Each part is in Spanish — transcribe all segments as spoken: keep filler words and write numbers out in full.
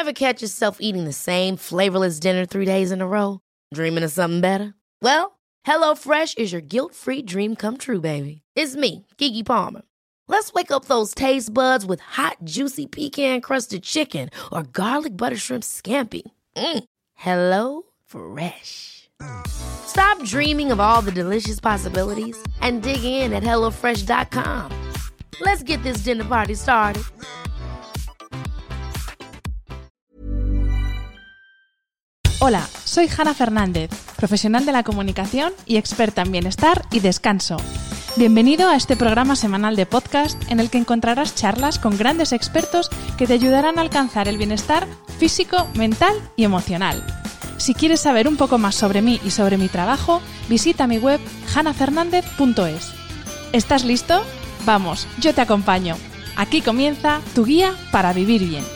Ever catch yourself eating the same flavorless dinner three days in a row? Dreaming of something better? Well, HelloFresh is your guilt-free dream come true, baby. It's me, Keke Palmer. Let's wake up those taste buds with hot, juicy pecan-crusted chicken or garlic butter shrimp scampi. Mm. Hello Fresh. Stop dreaming of all the delicious possibilities and dig in at hello fresh dot com. Let's get this dinner party started. Hola, soy Hanna Fernández, profesional de la comunicación y experta en bienestar y descanso. Bienvenido a este programa semanal de podcast en el que encontrarás charlas con grandes expertos que te ayudarán a alcanzar el bienestar físico, mental y emocional. Si quieres saber un poco más sobre mí y sobre mi trabajo, visita mi web hanna fernandez punto es. ¿Estás listo? Vamos, yo te acompaño. Aquí comienza tu guía para vivir bien.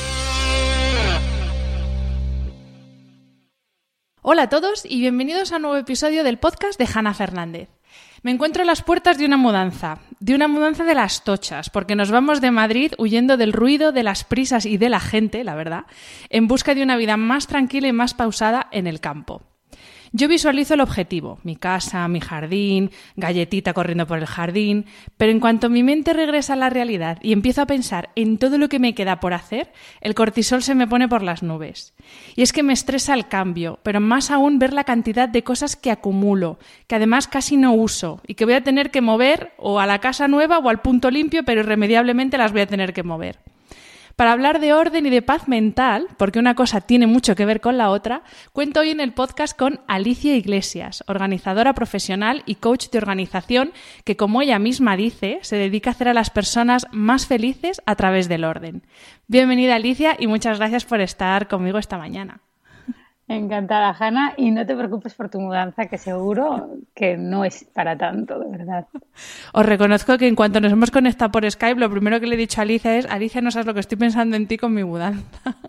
Hola a todos y bienvenidos a un nuevo episodio del podcast de Hanna Fernández. Me encuentro a las puertas de una mudanza, de una mudanza de las tochas, porque nos vamos de Madrid huyendo del ruido, de las prisas y de la gente, la verdad, en busca de una vida más tranquila y más pausada en el campo. Yo visualizo el objetivo, mi casa, mi jardín, galletita corriendo por el jardín, pero en cuanto mi mente regresa a la realidad y empiezo a pensar en todo lo que me queda por hacer, el cortisol se me pone por las nubes. Y es que me estresa el cambio, pero más aún ver la cantidad de cosas que acumulo, que además casi no uso y que voy a tener que mover o a la casa nueva o al punto limpio, pero irremediablemente las voy a tener que mover. Para hablar de orden y de paz mental, porque una cosa tiene mucho que ver con la otra, cuento hoy en el podcast con Alicia Iglesias, organizadora profesional y coach de organización que, como ella misma dice, se dedica a hacer a las personas más felices a través del orden. Bienvenida, Alicia, y muchas gracias por estar conmigo esta mañana. Encantada, Hanna, y no te preocupes por tu mudanza, que seguro que no es para tanto, de verdad. Os reconozco que en cuanto nos hemos conectado por Skype, lo primero que le he dicho a Alicia es: Alicia, no sabes lo que estoy pensando en ti con mi mudanza.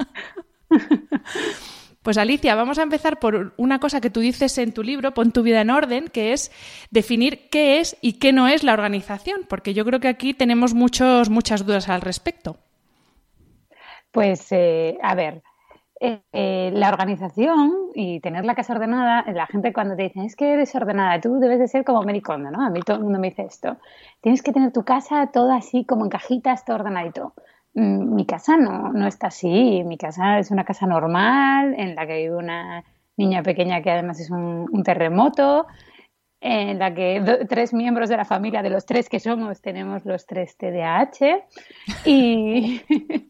Pues Alicia, vamos a empezar por una cosa que tú dices en tu libro, Pon tu vida en orden, que es definir qué es y qué no es la organización, porque yo creo que aquí tenemos muchos, muchas dudas al respecto. Pues, eh, a ver... Eh, eh, la organización y tener la casa ordenada, la gente cuando te dicen es que eres ordenada, tú debes de ser como Marie Kondo, ¿no? A mí todo el mundo me dice esto. Tienes que tener tu casa toda así como en cajitas, todo ordenadito. Mm, mi casa no, no está así. Mi casa es una casa normal en la que vive una niña pequeña que además es un, un terremoto, en la que do, tres miembros de la familia, de los tres que somos, tenemos los tres T D A H y...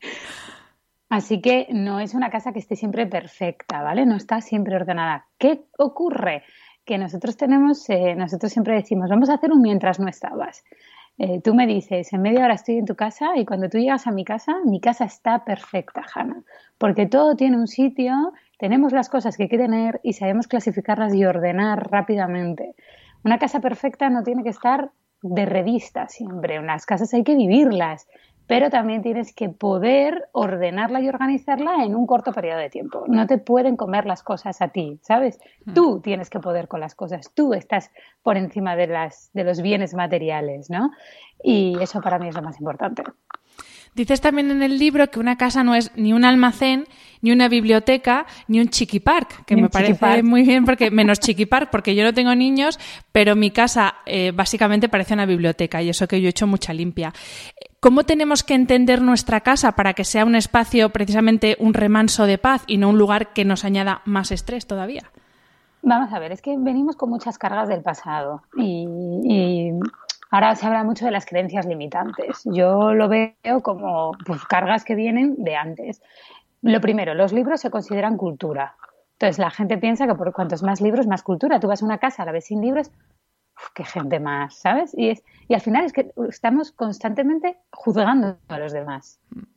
Así que no es una casa que esté siempre perfecta, ¿vale? No está siempre ordenada. ¿Qué ocurre? Que nosotros tenemos, eh, nosotros siempre decimos, vamos a hacer un mientras no estabas. Eh, tú me dices, en media hora estoy en tu casa y cuando tú llegas a mi casa, mi casa está perfecta, Hanna. Porque todo tiene un sitio, tenemos las cosas que hay que tener y sabemos clasificarlas y ordenar rápidamente. Una casa perfecta no tiene que estar de revista siempre. Unas casas hay que vivirlas, pero también tienes que poder ordenarla y organizarla en un corto periodo de tiempo. No te pueden comer las cosas a ti, ¿sabes? Mm. Tú tienes que poder con las cosas, tú estás por encima de, las, de los bienes materiales, ¿no? Y eso para mí es lo más importante. Dices también en el libro que una casa no es ni un almacén, ni una biblioteca, ni un chiquipark, que ni me parece chiquipark. Muy bien, porque menos chiquipark, porque yo no tengo niños, pero mi casa eh, básicamente parece una biblioteca y eso que yo he hecho mucha limpia. ¿Cómo tenemos que entender nuestra casa para que sea un espacio, precisamente un remanso de paz y no un lugar que nos añada más estrés todavía? Vamos a ver, es que venimos con muchas cargas del pasado y... y... Ahora se habla mucho de las creencias limitantes. Yo lo veo como pues, cargas que vienen de antes. Lo primero, los libros se consideran cultura. Entonces la gente piensa que por cuantos más libros, más cultura. Tú vas a una casa, la ves sin libros, uf, qué gente más, ¿sabes? Y, es, y al final es que estamos constantemente juzgando a los demás.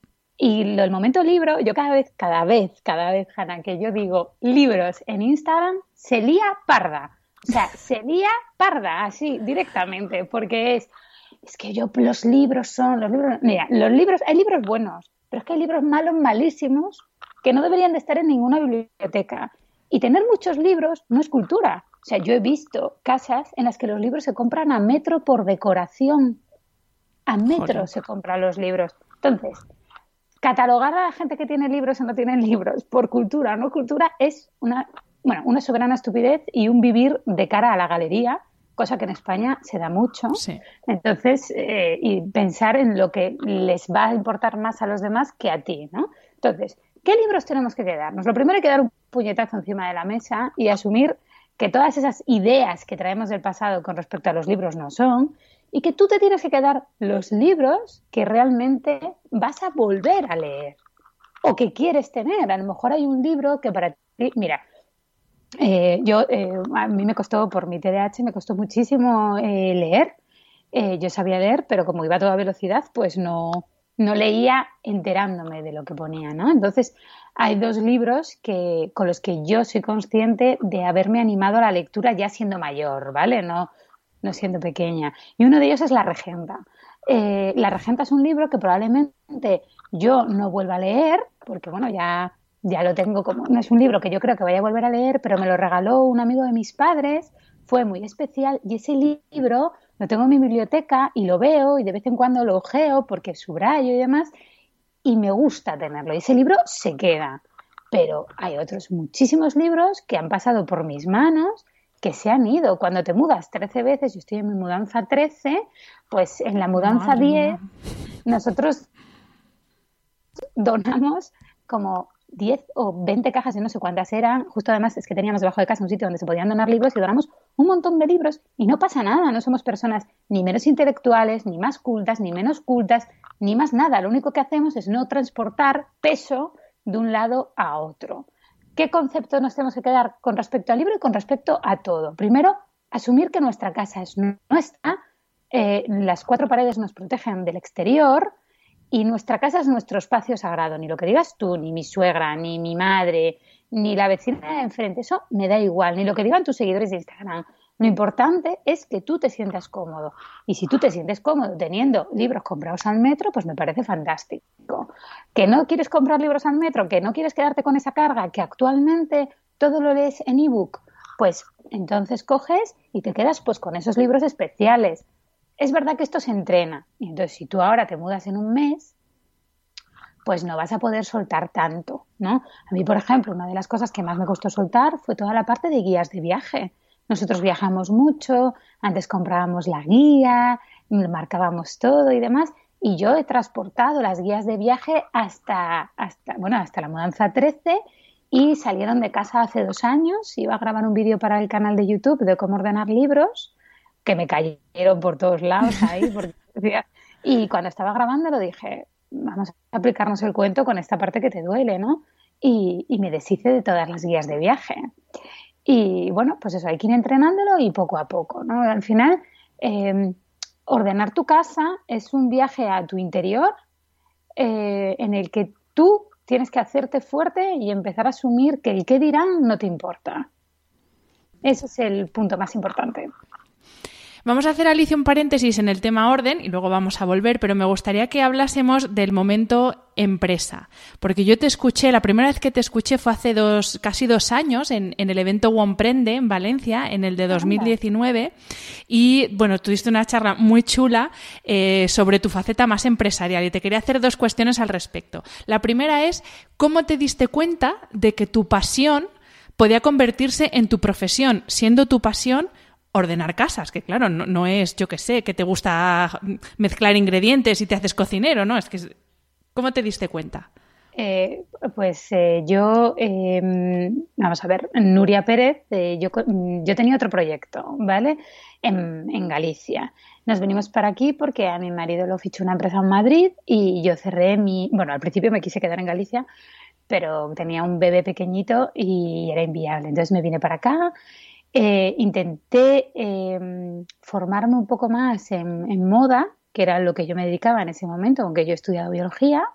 Y lo, el momento libro, yo cada vez, cada vez, cada vez, Hanna, que yo digo libros en Instagram, se lía parda. O sea, se lía parda, así, directamente, porque es, es que yo, los libros son, los libros, mira, los libros, hay libros buenos, pero es que hay libros malos, malísimos, que no deberían de estar en ninguna biblioteca. Y tener muchos libros no es cultura. O sea, yo he visto casas en las que los libros se compran a metro por decoración. A metro Joder. Se compran los libros. Entonces, catalogar a la gente que tiene libros o no tiene libros por cultura o no cultura es una, bueno, una soberana estupidez y un vivir de cara a la galería, cosa que en España se da mucho. Sí. Entonces, eh, y pensar en lo que les va a importar más a los demás que a ti, ¿no? Entonces, ¿qué libros tenemos que quedarnos? Lo primero hay que dar un puñetazo encima de la mesa y asumir que todas esas ideas que traemos del pasado con respecto a los libros no son, y que tú te tienes que quedar los libros que realmente vas a volver a leer o que quieres tener. A lo mejor hay un libro que para ti... Mira, eh, yo eh, a mí me costó, por mi T D A H, me costó muchísimo eh, leer. Eh, yo sabía leer, pero como iba a toda velocidad, pues no, no leía enterándome de lo que ponía, ¿no? Entonces, hay dos libros que, con los que yo soy consciente de haberme animado a la lectura ya siendo mayor, ¿vale? No, no siendo pequeña. Y uno de ellos es La Regenta. Eh, La Regenta es un libro que probablemente yo no vuelva a leer, porque bueno, ya, ya lo tengo como... No es un libro que yo creo que vaya a volver a leer, pero me lo regaló un amigo de mis padres, fue muy especial, y ese libro lo tengo en mi biblioteca y lo veo y de vez en cuando lo ojeo porque subrayo y demás, y me gusta tenerlo. Y ese libro se queda. Pero hay otros muchísimos libros que han pasado por mis manos que se han ido. Cuando te mudas trece veces, yo estoy en mi mudanza trece, pues en la mudanza Madre diez, mía. nosotros donamos como diez o veinte cajas, y no sé cuántas eran. Justo además es que teníamos debajo de casa un sitio donde se podían donar libros y donamos un montón de libros y no pasa nada. No somos personas ni menos intelectuales, ni más cultas, ni menos cultas, ni más nada. Lo único que hacemos es no transportar peso de un lado a otro. ¿Qué concepto nos tenemos que quedar con respecto al libro y con respecto a todo? Primero, asumir que nuestra casa es nuestra, eh, las cuatro paredes nos protegen del exterior y nuestra casa es nuestro espacio sagrado. Ni lo que digas tú, ni mi suegra, ni mi madre, ni la vecina de enfrente, eso me da igual, ni lo que digan tus seguidores de Instagram. Lo importante es que tú te sientas cómodo. Y si tú te sientes cómodo teniendo libros comprados al metro, pues me parece fantástico. ¿Que no quieres comprar libros al metro? ¿Que no quieres quedarte con esa carga? ¿Que actualmente todo lo lees en ebook? Pues entonces coges y te quedas pues con esos libros especiales. Es verdad que esto se entrena. Y entonces si tú ahora te mudas en un mes, pues no vas a poder soltar tanto, ¿no? A mí, por ejemplo, una de las cosas que más me costó soltar fue toda la parte de guías de viaje. Nosotros viajamos mucho, antes comprábamos la guía, marcábamos todo y demás, y yo he transportado las guías de viaje hasta, hasta, bueno, hasta la mudanza trece, y salieron de casa hace dos años. Iba a grabar un vídeo para el canal de YouTube de cómo ordenar libros, que me cayeron por todos lados ahí, porque, y cuando estaba grabando lo dije, vamos a aplicarnos el cuento con esta parte que te duele, ¿no? Y, y me deshice de todas las guías de viaje. Y bueno, pues eso, hay que ir entrenándolo y poco a poco, ¿no? Al final, eh, ordenar tu casa es un viaje a tu interior eh, en el que tú tienes que hacerte fuerte y empezar a asumir que el qué dirán no te importa. Ese es el punto más importante. Vamos a hacer, Alicia, un paréntesis en el tema orden y luego vamos a volver, pero me gustaría que hablásemos del momento empresa, porque yo te escuché, la primera vez que te escuché fue hace dos, casi dos años en, en el evento Womprende en Valencia, en el de dos mil diecinueve, y bueno, tuviste una charla muy chula eh, sobre tu faceta más empresarial y te quería hacer dos cuestiones al respecto. La primera es, ¿cómo te diste cuenta de que tu pasión podía convertirse en tu profesión, siendo tu pasión ordenar casas? Que claro, no, no es, yo qué sé, que te gusta mezclar ingredientes y te haces cocinero, ¿no? Es que, ¿cómo te diste cuenta? Eh, pues eh, yo, eh, vamos a ver, Nuria Pérez, eh, yo, yo tenía otro proyecto, ¿vale? En, en Galicia. Nos venimos para aquí porque a mi marido lo fichó una empresa en Madrid y yo cerré mi... Bueno, al principio me quise quedar en Galicia, pero tenía un bebé pequeñito y era inviable. Entonces me vine para acá. Eh, intenté eh, formarme un poco más en, en moda, que era lo que yo me dedicaba en ese momento, aunque yo he estudiado biología,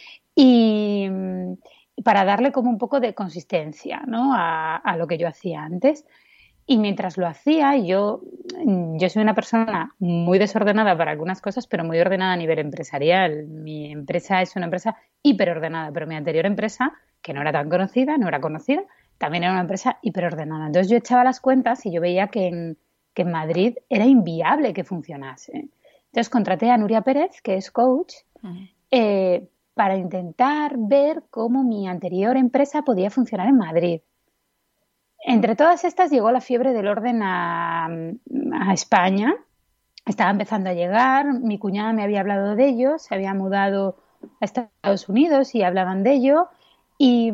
y, y para darle como un poco de consistencia, ¿no? a, a lo que yo hacía antes. Y mientras lo hacía, yo, yo soy una persona muy desordenada para algunas cosas, pero muy ordenada a nivel empresarial. Mi empresa es una empresa hiperordenada, pero mi anterior empresa, que no era tan conocida, no era conocida, también era una empresa hiperordenada. Entonces yo echaba las cuentas y yo veía que en, que en Madrid era inviable que funcionase. Entonces contraté a Nuria Pérez, que es coach, uh-huh. eh, para intentar ver cómo mi anterior empresa podía funcionar en Madrid. Entre todas estas llegó la fiebre del orden a, a España. Estaba empezando a llegar, mi cuñada me había hablado de ello, se había mudado a Estados Unidos y hablaban de ello. Y,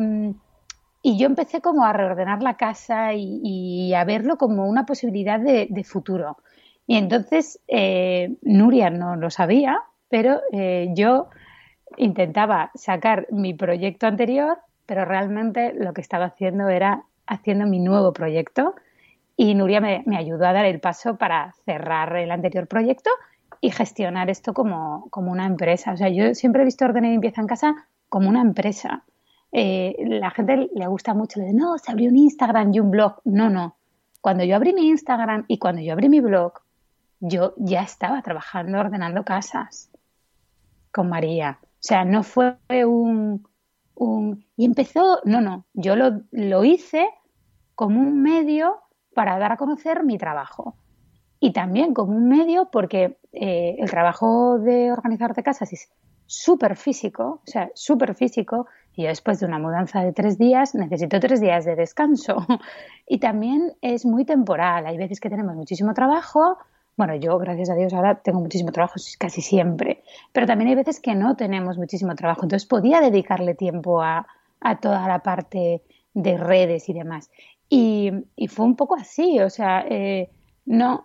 y yo empecé como a reordenar la casa y, y a verlo como una posibilidad de, de futuro. Y entonces eh, Nuria no lo sabía, pero eh, yo intentaba sacar mi proyecto anterior, pero realmente lo que estaba haciendo era haciendo mi nuevo proyecto. Y Nuria me, me ayudó a dar el paso para cerrar el anterior proyecto y gestionar esto como, como una empresa. O sea, yo siempre he visto Orden y Limpieza en Casa como una empresa. Eh, la gente le gusta mucho, le dice, no, se abrió un Instagram y un blog. No, no. Cuando yo abrí mi Instagram y cuando yo abrí mi blog, yo ya estaba trabajando ordenando casas con María. O sea, no fue un... un y empezó... No, no. Yo lo, lo hice como un medio para dar a conocer mi trabajo. Y también como un medio porque eh, el trabajo de organizarte casas es súper físico, o sea, súper físico. Y yo después de una mudanza de tres días necesito tres días de descanso. Y también es muy temporal. Hay veces que tenemos muchísimo trabajo. Bueno, yo, gracias a Dios, ahora tengo muchísimo trabajo casi siempre. Pero también hay veces que no tenemos muchísimo trabajo. Entonces podía dedicarle tiempo a, a toda la parte de redes y demás. Y, y fue un poco así, o sea, eh, no,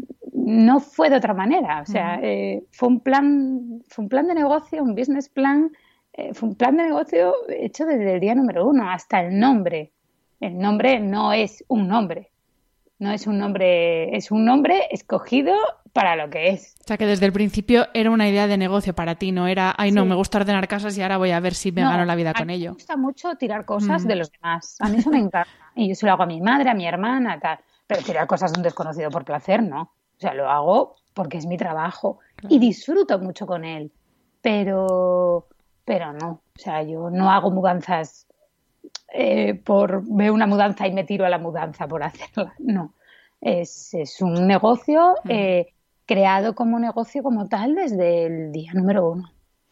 no fue de otra manera. O sea, eh, fue un plan, fue un plan de negocio, un business plan, eh, fue un plan de negocio hecho desde el día número uno, hasta el nombre. El nombre no es un nombre. No es un nombre, es un nombre escogido para lo que es. O sea, que desde el principio era una idea de negocio para ti, no era, ay no, sí, me gusta ordenar casas y ahora voy a ver si me no, gano la vida con ello. A mí me gusta mucho tirar cosas mm. de los demás. A mí eso me encanta. Y yo se lo hago a mi madre, a mi hermana, tal. Pero tirar cosas de un desconocido por placer, no. O sea, lo hago porque es mi trabajo. Claro. Y disfruto mucho con él. Pero, pero no. O sea, yo no hago mudanzas Eh, por veo una mudanza y me tiro a la mudanza por hacerla. No, es, es un negocio eh, creado como negocio como tal desde el día número uno.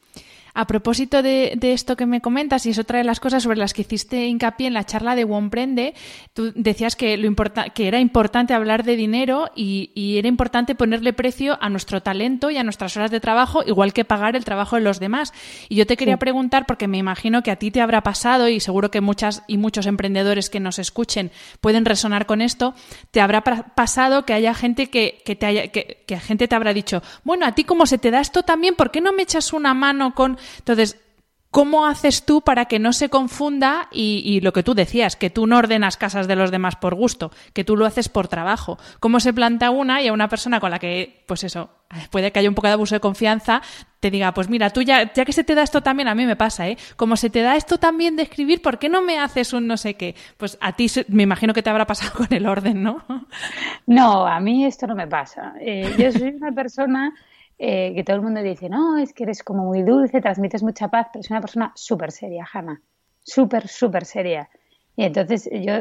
A propósito de, de esto que me comentas, y es otra de las cosas sobre las que hiciste hincapié en la charla de Womprende, tú decías que, lo importa, que era importante hablar de dinero y, y era importante ponerle precio a nuestro talento y a nuestras horas de trabajo, igual que pagar el trabajo de los demás. Y yo te quería sí. preguntar, porque me imagino que a ti te habrá pasado, y seguro que muchas y muchos emprendedores que nos escuchen pueden resonar con esto, te habrá pasado que haya gente que, que, te haya, que, que gente te habrá dicho, bueno, a ti como se te da esto también, ¿por qué no me echas una mano con...? Entonces, ¿cómo haces tú para que no se confunda y, y lo que tú decías, que tú no ordenas casas de los demás por gusto, que tú lo haces por trabajo? ¿Cómo se planta una y a una persona con la que, pues eso, puede que haya un poco de abuso de confianza, te diga, pues mira, tú ya, ya que se te da esto también, a mí me pasa, ¿eh? Como se te da esto también de escribir, ¿por qué no me haces un no sé qué? Pues a ti me imagino que te habrá pasado con el orden, ¿no? No, a mí esto no me pasa. Eh, yo soy una persona... Eh, que todo el mundo dice, no, es que eres como muy dulce, transmites mucha paz, pero soy una persona súper seria, Hanna, súper, súper seria. Y entonces yo,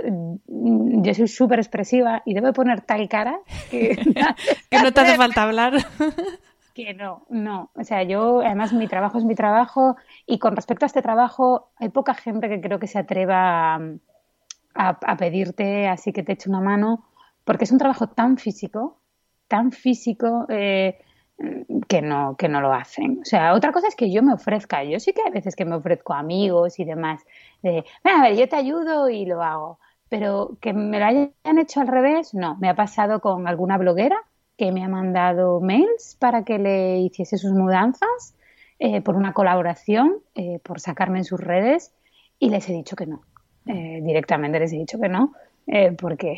yo soy súper expresiva y debo poner tal cara que... que no te hace falta hablar. Que no, no. O sea, yo, además mi trabajo es mi trabajo y con respecto a este trabajo hay poca gente que creo que se atreva a, a, a pedirte así que te eche una mano, porque es un trabajo tan físico, tan físico... Eh, que no, que no lo hacen. O sea, otra cosa es que yo me ofrezca. Yo sí que hay veces que me ofrezco a amigos y demás. De, a ver, yo te ayudo y lo hago. Pero que me lo hayan hecho al revés, no. Me ha pasado con alguna bloguera que me ha mandado mails para que le hiciese sus mudanzas eh, por una colaboración, eh, por sacarme en sus redes, y les he dicho que no. Eh, directamente les he dicho que no, eh, porque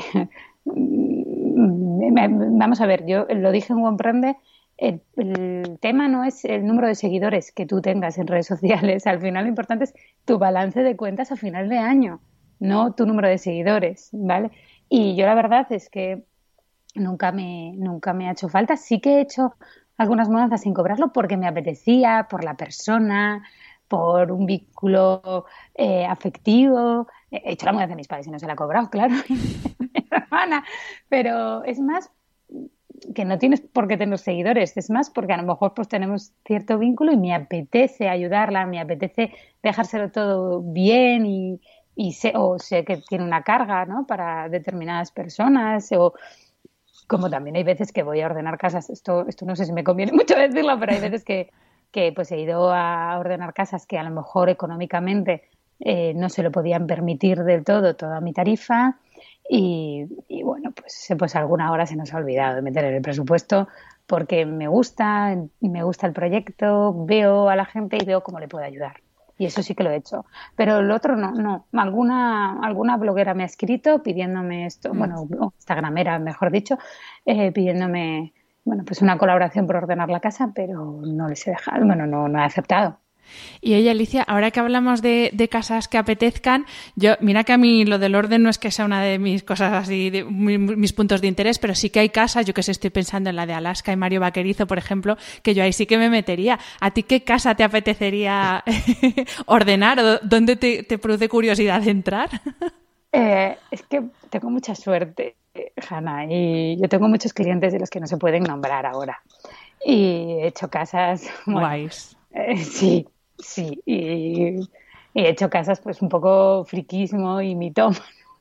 vamos a ver, yo lo dije en Womprende. El, el tema no es el número de seguidores que tú tengas en redes sociales. Al final lo importante es tu balance de cuentas a final de año, no tu número de seguidores, ¿vale? Y yo la verdad es que nunca me, nunca me ha hecho falta. Sí que he hecho algunas mudanzas sin cobrarlo porque me apetecía, por la persona, por un vínculo eh, afectivo. He hecho la mudanza de mis padres y no se la he cobrado, claro, mi hermana. Pero es más... que no tienes por qué tener seguidores, es más porque a lo mejor pues tenemos cierto vínculo y me apetece ayudarla, me apetece dejárselo todo bien y, y sé, o sé que tiene una carga, ¿no? Para determinadas personas, o como también hay veces que voy a ordenar casas, esto, esto no sé si me conviene mucho decirlo, pero hay veces que, que pues he ido a ordenar casas que a lo mejor económicamente eh, no se lo podían permitir del todo toda mi tarifa. Y, y bueno, pues, pues alguna hora se nos ha olvidado de meter en el presupuesto porque me gusta, me gusta el proyecto, veo a la gente y veo cómo le puedo ayudar. Y eso sí que lo he hecho. Pero el otro no, no. Alguna, alguna bloguera me ha escrito pidiéndome esto, mm. bueno, instagramera, mejor dicho, eh, pidiéndome, bueno, pues una colaboración por ordenar la casa, pero no les he dejado, bueno, no, no he aceptado. Y oye, Alicia, ahora que hablamos de, de casas que apetezcan, yo mira que a mí lo del orden no es que sea una de mis cosas así, de mi, mis puntos de interés, pero sí que hay casas, yo que sé, estoy pensando en la de Alaska y Mario Vaquerizo, por ejemplo, que yo ahí sí que me metería. ¿A ti qué casa te apetecería ordenar o dónde te, te produce curiosidad entrar? Eh, es que tengo mucha suerte, Hanna, y yo tengo muchos clientes de los que no se pueden nombrar ahora. Y he hecho casas... Bueno, guays. Eh, sí. Sí, y, y he hecho casas pues un poco friquismo y mitómano.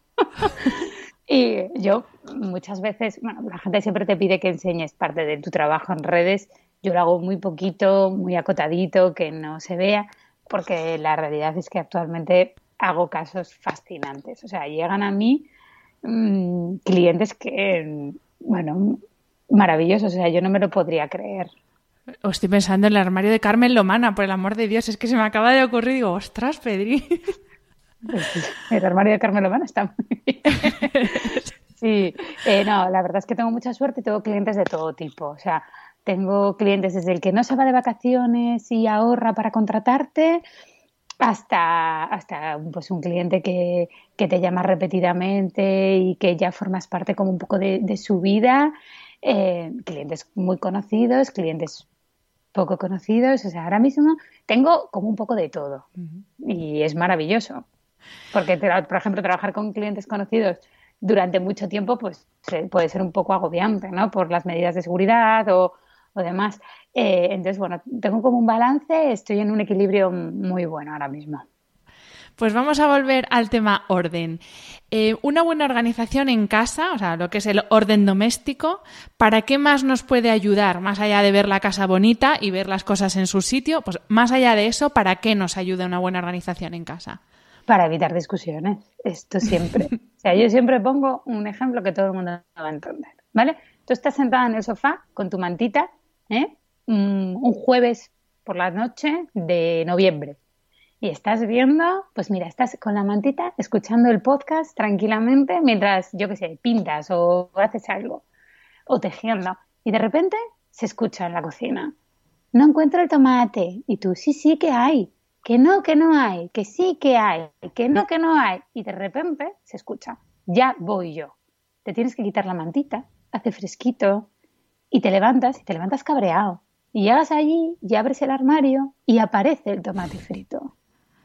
Y yo muchas veces, bueno, la gente siempre te pide que enseñes parte de tu trabajo en redes. Yo lo hago muy poquito, muy acotadito, que no se vea, porque la realidad es que actualmente hago casos fascinantes. O sea, llegan a mí mmm, clientes que, bueno, maravillosos. O sea, yo no me lo podría creer. O estoy pensando en el armario de Carmen Lomana, por el amor de Dios, es que se me acaba de ocurrir y digo, ostras, Pedri. Pues el armario de Carmen Lomana está muy bien. Sí, eh, no, la verdad es que tengo mucha suerte y tengo clientes de todo tipo. O sea, tengo clientes desde el que no se va de vacaciones y ahorra para contratarte hasta, hasta pues un cliente que, que te llama repetidamente y que ya formas parte como un poco de, de su vida. Eh, clientes muy conocidos, clientes poco conocidos, o sea, ahora mismo tengo como un poco de todo. Uh-huh. Y es maravilloso, porque, por ejemplo, trabajar con clientes conocidos durante mucho tiempo pues puede ser un poco agobiante, ¿no? Por las medidas de seguridad o, o demás. Eh, entonces, bueno, tengo como un balance, estoy en un equilibrio muy bueno ahora mismo. Pues vamos a volver al tema orden. Eh, una buena organización en casa, o sea, lo que es el orden doméstico, ¿para qué más nos puede ayudar? Más allá de ver la casa bonita y ver las cosas en su sitio, pues más allá de eso, ¿para qué nos ayuda una buena organización en casa? Para evitar discusiones, esto siempre. O sea, yo siempre pongo un ejemplo que todo el mundo va a entender, ¿vale? Tú estás sentada en el sofá con tu mantita, ¿eh? Un, un jueves por la noche de noviembre. Y estás viendo, pues mira, estás con la mantita escuchando el podcast tranquilamente mientras, yo qué sé, pintas o haces algo o tejiendo. Y de repente se escucha en la cocina: no encuentro el tomate. Y tú, sí, sí que hay. Que no, que no hay. Que sí que hay. Que no, que no hay. Y de repente se escucha: ya voy yo. Te tienes que quitar la mantita, hace fresquito y te levantas y te levantas cabreado. Y llegas allí y abres el armario y aparece el tomate frito.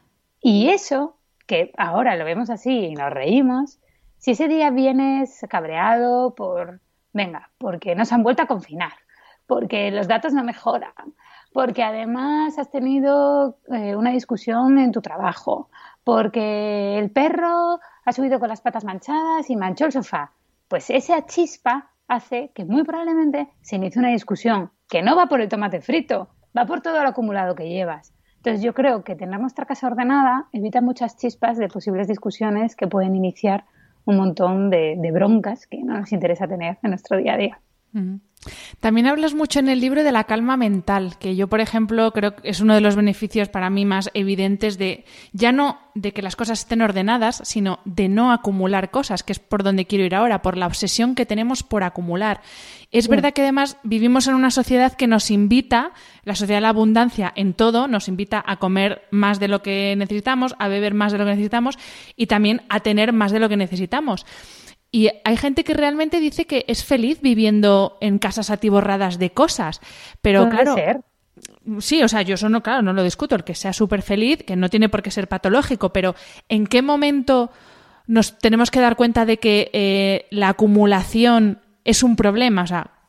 Y eso, que ahora lo vemos así y nos reímos, si ese día vienes cabreado por, venga, porque nos han vuelto a confinar, porque los datos no mejoran, porque además has tenido eh, una discusión en tu trabajo, porque el perro ha subido con las patas manchadas y manchó el sofá, pues esa chispa hace que muy probablemente se inicie una discusión que no va por el tomate frito, va por todo lo acumulado que llevas. Entonces yo creo que tener nuestra casa ordenada evita muchas chispas de posibles discusiones que pueden iniciar un montón de, de broncas que no nos interesa tener en nuestro día a día. Uh-huh. También hablas mucho en el libro de la calma mental, que yo, por ejemplo, creo que es uno de los beneficios para mí más evidentes de, ya no de que las cosas estén ordenadas, sino de no acumular cosas, que es por donde quiero ir ahora, por la obsesión que tenemos por acumular. Es sí. verdad que además vivimos en una sociedad que nos invita, la sociedad de la abundancia en todo, nos invita a comer más de lo que necesitamos, a beber más de lo que necesitamos y también a tener más de lo que necesitamos. Y hay gente que realmente dice que es feliz viviendo en casas atiborradas de cosas, pero ¿Puede claro, ser? Sí, o sea, yo eso no, claro, no lo discuto, el que sea súper feliz, que no tiene por qué ser patológico, pero ¿en qué momento nos tenemos que dar cuenta de que eh, la acumulación es un problema? O sea,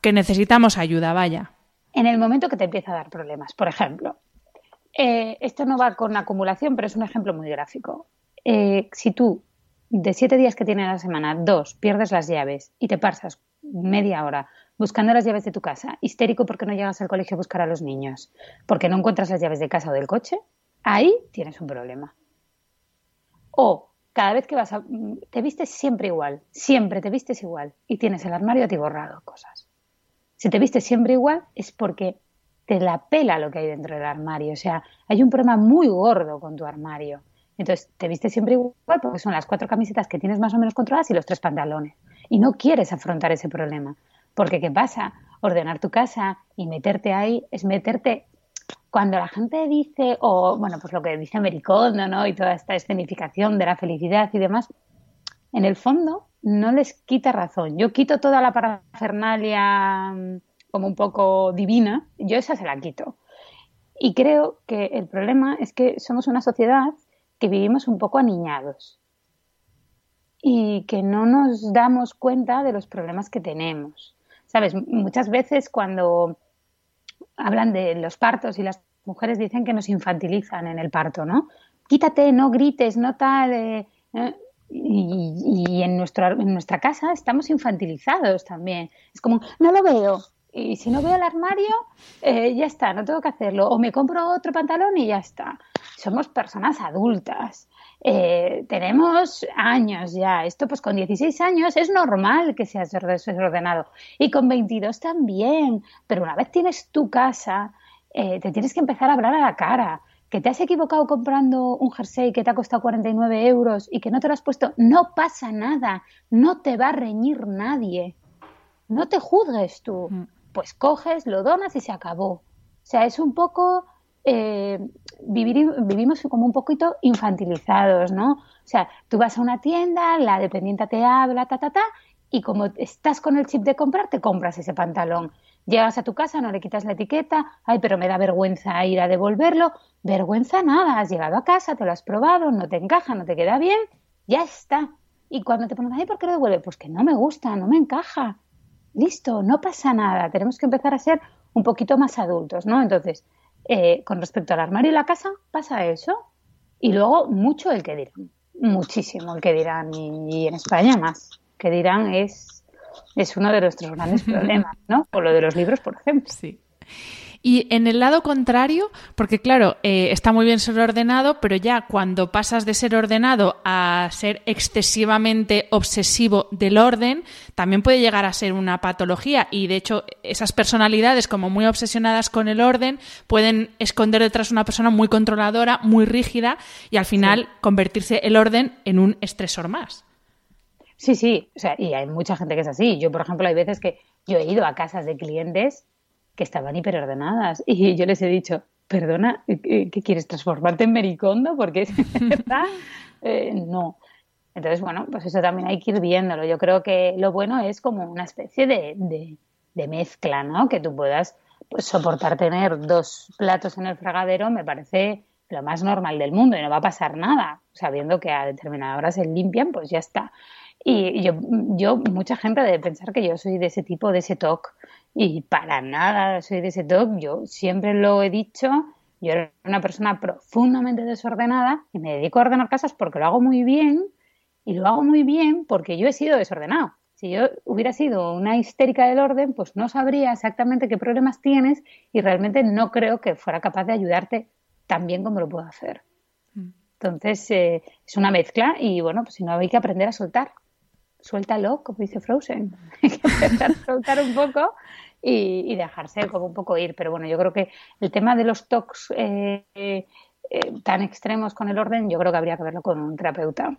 que necesitamos ayuda, vaya. En el momento que te empieza a dar problemas, por ejemplo, eh, esto no va con acumulación, pero es un ejemplo muy gráfico. Eh, si tú, de siete días que tienes a la semana, dos, pierdes las llaves y te pasas media hora buscando las llaves de tu casa, histérico porque no llegas al colegio a buscar a los niños, porque no encuentras las llaves de casa o del coche, ahí tienes un problema. O cada vez que vas a... te vistes siempre igual, siempre te vistes igual y tienes el armario atiborrado de cosas. Si te vistes siempre igual es porque te la pela lo que hay dentro del armario. O sea, hay un problema muy gordo con tu armario. Entonces, te vistes siempre igual porque son las cuatro camisetas que tienes más o menos controladas y los tres pantalones. Y no quieres afrontar ese problema. Porque, ¿qué pasa? Ordenar tu casa y meterte ahí es meterte... Cuando la gente dice, o bueno, pues lo que dice Mericondo, ¿no? Y toda esta escenificación de la felicidad y demás, en el fondo no les quita razón. Yo quito toda la parafernalia como un poco divina, yo esa se la quito. Y creo que el problema es que somos una sociedad que vivimos un poco aniñados y que no nos damos cuenta de los problemas que tenemos. ¿Sabes? Muchas veces cuando hablan de los partos y las mujeres dicen que nos infantilizan en el parto, ¿no? Quítate, no grites, no tal... Eh, eh. Y, y en, nuestro, en nuestra casa estamos infantilizados también. Es como, no lo veo. Y si no veo el armario, eh, ya está, no tengo que hacerlo. O me compro otro pantalón y ya está. Somos personas adultas. Eh, tenemos años ya. Esto pues con dieciséis años es normal que seas desordenado. Y con veintidós también. Pero una vez tienes tu casa, eh, te tienes que empezar a hablar a la cara. Que te has equivocado comprando un jersey que te ha costado cuarenta y nueve euros y que no te lo has puesto, no pasa nada, no te va a reñir nadie, no te juzgues tú, pues coges, lo donas y se acabó. O sea, es un poco, eh, vivir, vivimos como un poquito infantilizados, ¿no? O sea, tú vas a una tienda, la dependienta te habla, ta, ta, ta, y como estás con el chip de comprar, te compras ese pantalón. Llegas a tu casa, no le quitas la etiqueta, ay, pero me da vergüenza ir a devolverlo. Vergüenza nada, has llegado a casa, te lo has probado, no te encaja, no te queda bien, ya está. Y cuando te pones, ay, ¿por qué lo devuelve? Pues que no me gusta, no me encaja. Listo, no pasa nada, tenemos que empezar a ser un poquito más adultos, ¿no? Entonces, eh, con respecto al armario y la casa, pasa eso. Y luego, mucho el que dirán, muchísimo el que dirán, y, y en España más. Que dirán es... Es uno de nuestros grandes problemas, ¿no? O lo de los libros, por ejemplo. Sí. Y en el lado contrario, porque claro, eh, está muy bien ser ordenado, pero ya cuando pasas de ser ordenado a ser excesivamente obsesivo del orden, también puede llegar a ser una patología. Y de hecho, esas personalidades como muy obsesionadas con el orden pueden esconder detrás una persona muy controladora, muy rígida y al final sí. Convertirse el orden en un estresor más. Sí, sí, o sea, y hay mucha gente que es así. Yo, por ejemplo, hay veces que yo he ido a casas de clientes que estaban hiperordenadas y yo les he dicho, perdona, ¿qué, qué quieres, transformarte en Mericondo? Porque es verdad, eh, no. Entonces, bueno, pues eso también hay que ir viéndolo. Yo creo que lo bueno es como una especie de, de, de mezcla, ¿no? Que tú puedas pues, soportar tener dos platos en el fregadero, me parece lo más normal del mundo y no va a pasar nada. Sabiendo que a determinadas horas se limpian, pues ya está. Y yo, yo, mucha gente debe pensar que yo soy de ese tipo, de ese toque, y para nada soy de ese toque. Yo siempre lo he dicho, yo era una persona profundamente desordenada y me dedico a ordenar casas porque lo hago muy bien, y lo hago muy bien porque yo he sido desordenado. Si yo hubiera sido una histérica del orden, pues no sabría exactamente qué problemas tienes y realmente no creo que fuera capaz de ayudarte tan bien como lo puedo hacer. Entonces, eh, es una mezcla y bueno, pues si no hay que aprender a soltar. Suéltalo, como dice Frozen. Hay que empezar a soltar un poco y, y dejarse como un poco ir. Pero bueno, yo creo que el tema de los tocs eh, eh, tan extremos con el orden, yo creo que habría que verlo con un terapeuta.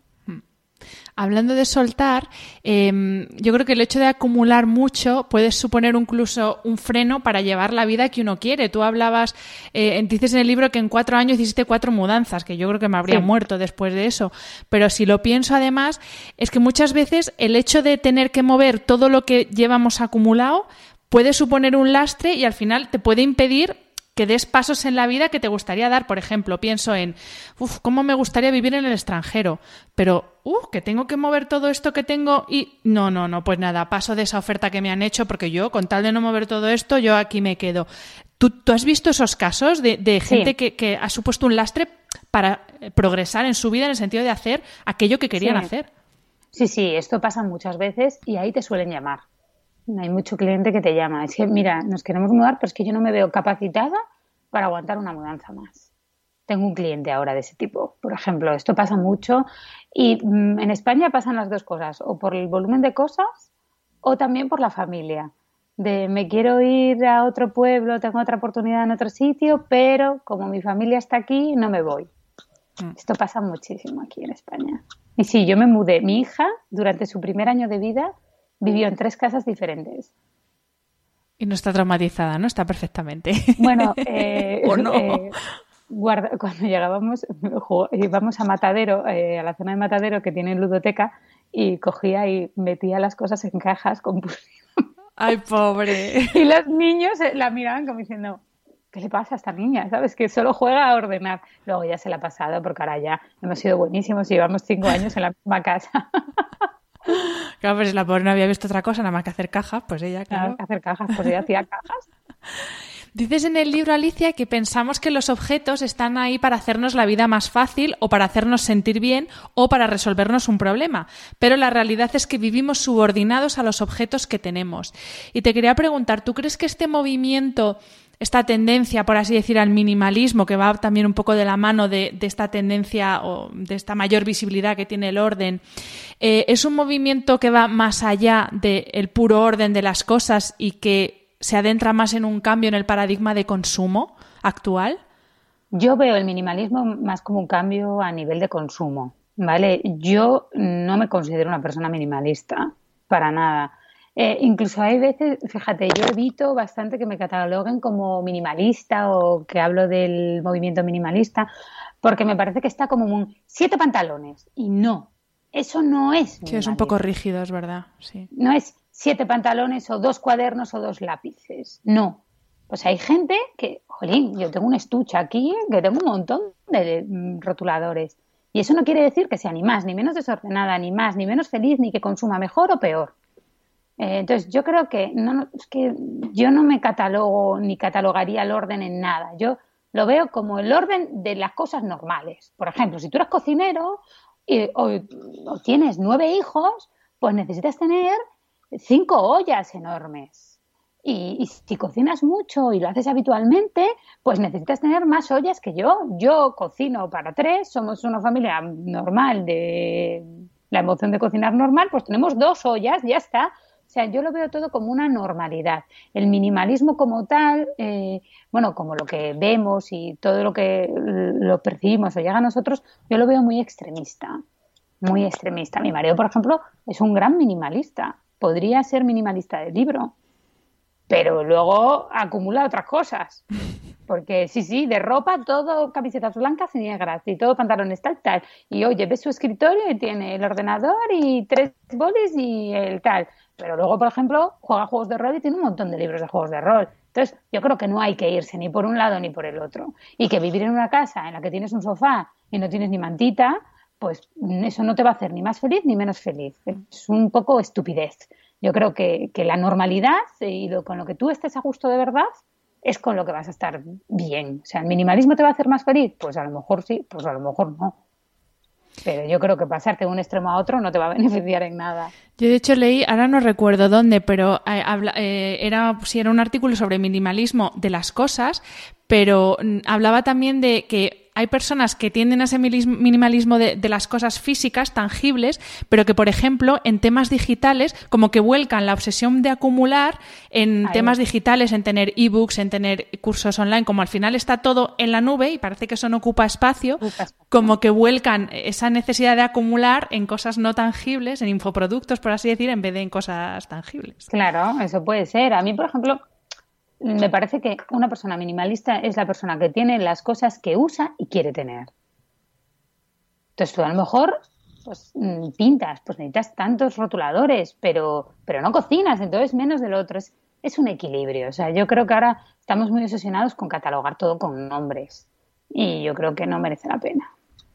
Hablando de soltar, eh, yo creo que el hecho de acumular mucho puede suponer incluso un freno para llevar la vida que uno quiere. Tú hablabas, eh, dices en el libro que en cuatro años hiciste cuatro mudanzas, que yo creo que me habría sí. muerto después de eso. Pero si lo pienso además, es que muchas veces el hecho de tener que mover todo lo que llevamos acumulado puede suponer un lastre y al final te puede impedir que des pasos en la vida que te gustaría dar. Por ejemplo, pienso en, uff, ¿cómo me gustaría vivir en el extranjero? Pero, uff, que tengo que mover todo esto que tengo y... No, no, no, pues nada, paso de esa oferta que me han hecho porque yo, con tal de no mover todo esto, yo aquí me quedo. ¿Tú, tú has visto esos casos de, de gente sí. que, que ha supuesto un lastre para progresar en su vida en el sentido de hacer aquello que querían sí. hacer? Sí, sí, esto pasa muchas veces y ahí te suelen llamar. Hay mucho cliente que te llama. Es que, mira, nos queremos mudar, pero es que yo no me veo capacitada para aguantar una mudanza más. Tengo un cliente ahora de ese tipo, por ejemplo. Esto pasa mucho y mmm, en España pasan las dos cosas, o por el volumen de cosas o también por la familia. De me quiero ir a otro pueblo, tengo otra oportunidad en otro sitio, pero como mi familia está aquí, no me voy. Mm. Esto pasa muchísimo aquí en España. Y sí, yo me mudé. Mi hija, durante su primer año de vida, vivió en tres casas diferentes. Y no está traumatizada, ¿no? Está perfectamente. Bueno, eh, ¿o no? eh, guarda, cuando llegábamos, íbamos a Matadero, eh, a la zona de Matadero que tiene ludoteca, y cogía y metía las cosas en cajas con... ¡Ay, pobre! Y los niños la miraban como diciendo, ¿qué le pasa a esta niña? ¿Sabes? Que solo juega a ordenar. Luego ya se la ha pasado, porque ahora ya hemos sido buenísimos y llevamos cinco años en la misma casa. Claro, pero si la pobre no había visto otra cosa, nada más que hacer cajas, pues ella, claro. Nada más que hacer cajas, pues ella hacía cajas. Dices en el libro, Alicia, que pensamos que los objetos están ahí para hacernos la vida más fácil o para hacernos sentir bien o para resolvernos un problema, pero la realidad es que vivimos subordinados a los objetos que tenemos. Y te quería preguntar, ¿tú crees que este movimiento, esta tendencia, por así decir, al minimalismo, que va también un poco de la mano de, de esta tendencia o de esta mayor visibilidad que tiene el orden, eh, es un movimiento que va más allá del puro orden de las cosas y que se adentra más en un cambio en el paradigma de consumo actual? Yo veo el minimalismo más como un cambio a nivel de consumo, ¿vale? Yo no me considero una persona minimalista, para nada. Eh, incluso hay veces, fíjate, yo evito bastante que me cataloguen como minimalista o que hablo del movimiento minimalista, porque me parece que está como un siete pantalones, y no, eso no es minimalismo. Sí, es un poco rígido, es verdad, sí. No es siete pantalones o dos cuadernos o dos lápices. No. Pues hay gente que, jolín, yo tengo un estuche aquí que tengo un montón de rotuladores. Y eso no quiere decir que sea ni más, ni menos desordenada, ni más, ni menos feliz, ni que consuma mejor o peor. Eh, entonces yo creo que, no, es que yo no me catalogo ni catalogaría el orden en nada. Yo lo veo como el orden de las cosas normales. Por ejemplo, si tú eres cocinero y, o, o tienes nueve hijos, pues necesitas tener cinco ollas enormes. Y, y si cocinas mucho y lo haces habitualmente, pues necesitas tener más ollas que yo. Yo cocino para tres, somos una familia normal de la emoción de cocinar normal, pues tenemos dos ollas, ya está. O sea, yo lo veo todo como una normalidad. El minimalismo como tal, eh, bueno, como lo que vemos y todo lo que lo percibimos o llega a nosotros, yo lo veo muy extremista, muy extremista. Mi marido, por ejemplo, es un gran minimalista. Podría ser minimalista del libro, pero luego acumula otras cosas. Porque sí, sí, de ropa todo camisetas blancas y negras y todo pantalones tal, tal. Y oye, ves su escritorio y tiene el ordenador y tres bolis y el tal. Pero luego, por ejemplo, juega juegos de rol y tiene un montón de libros de juegos de rol. Entonces, yo creo que no hay que irse ni por un lado ni por el otro. Y que vivir en una casa en la que tienes un sofá y no tienes ni mantita, pues eso no te va a hacer ni más feliz ni menos feliz. Es un poco estupidez. Yo creo que, que la normalidad y lo, con lo que tú estés a gusto de verdad es con lo que vas a estar bien. O sea, ¿el minimalismo te va a hacer más feliz? Pues a lo mejor sí, pues a lo mejor no. Pero yo creo que pasarte de un extremo a otro no te va a beneficiar en nada. Yo de hecho leí, ahora no recuerdo dónde, pero eh, habla, eh, era, sí, era un artículo sobre minimalismo de las cosas, pero mm, hablaba también de que hay personas que tienden a ese minimalismo de, de las cosas físicas, tangibles, pero que, por ejemplo, en temas digitales, como que vuelcan la obsesión de acumular en Ahí. temas digitales, en tener ebooks, en tener cursos online, como al final está todo en la nube y parece que eso no ocupa espacio, ocupa espacio. Como que vuelcan esa necesidad de acumular en cosas no tangibles, en infoproductos, por así decir, en vez de en cosas tangibles. Claro, eso puede ser. A mí, por ejemplo, me parece que una persona minimalista es la persona que tiene las cosas que usa y quiere tener. Entonces tú a lo mejor pues, pintas, pues necesitas tantos rotuladores, pero, pero no cocinas, entonces menos del otro. Es, es un equilibrio. O sea, yo creo que ahora estamos muy obsesionados con catalogar todo con nombres y yo creo que no merece la pena.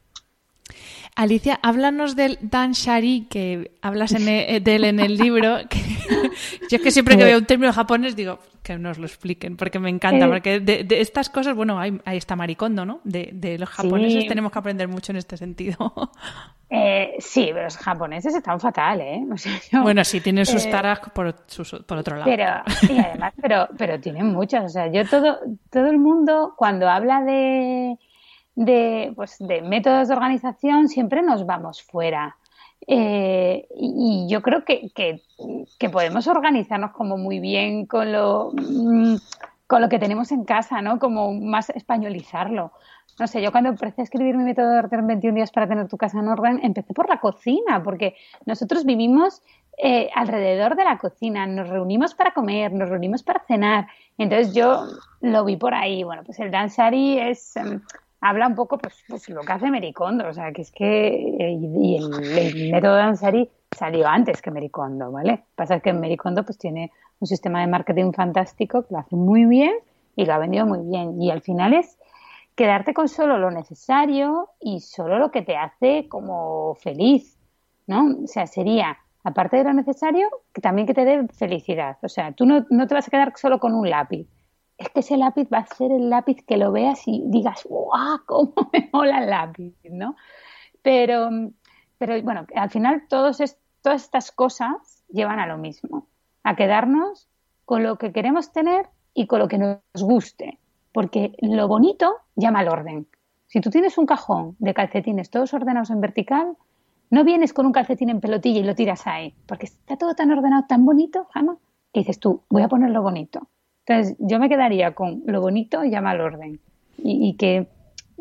Alicia, háblanos del Dan Shari, que hablas en el, de él en el libro. Que, yo es que siempre que veo un término japonés digo que nos lo expliquen, porque me encanta, eh, porque de, de estas cosas, bueno, ahí, ahí está Maricondo, ¿no? De, de los japoneses sí. Tenemos que aprender mucho en este sentido. Eh, sí, pero los japoneses están fatal, ¿eh? O sea, yo, bueno, sí, tienen sus eh, taras por, sus, por otro lado. Pero, y además, pero, pero tienen muchas. O sea, yo todo, todo el mundo, cuando habla de... De, pues, de métodos de organización siempre nos vamos fuera eh, y, y yo creo que, que, que podemos organizarnos como muy bien con lo, con lo que tenemos en casa, ¿no? Como más españolizarlo. No sé, yo cuando empecé a escribir mi método de orden veintiún días para tener tu casa en orden, empecé por la cocina, porque nosotros vivimos eh, alrededor de la cocina, nos reunimos para comer, nos reunimos para cenar, entonces yo lo vi por ahí. Bueno, pues el Dan Shari es... Um, habla un poco, pues, pues lo que hace Marie Kondo, o sea, que es que y el, el método Dan Shari salió antes que Marie Kondo, ¿vale? Pasa es que Marie Kondo pues tiene un sistema de marketing fantástico que lo hace muy bien y lo ha vendido muy bien, y al final es quedarte con solo lo necesario y solo lo que te hace como feliz, ¿no? O sea, sería, aparte de lo necesario, que también que te dé felicidad, o sea, tú no, no te vas a quedar solo con un lápiz. Es que ese lápiz va a ser el lápiz que lo veas y digas, ¡guau! ¡Cómo me mola el lápiz! ¿No? Pero, pero bueno, al final todos es, todas estas cosas llevan a lo mismo, a quedarnos con lo que queremos tener y con lo que nos guste, porque lo bonito llama al orden. Si tú tienes un cajón de calcetines todos ordenados en vertical, no vienes con un calcetín en pelotilla y lo tiras ahí, porque está todo tan ordenado, tan bonito, Hanna, que dices tú, voy a ponerlo bonito. Entonces, yo me quedaría con lo bonito llama al orden y, y que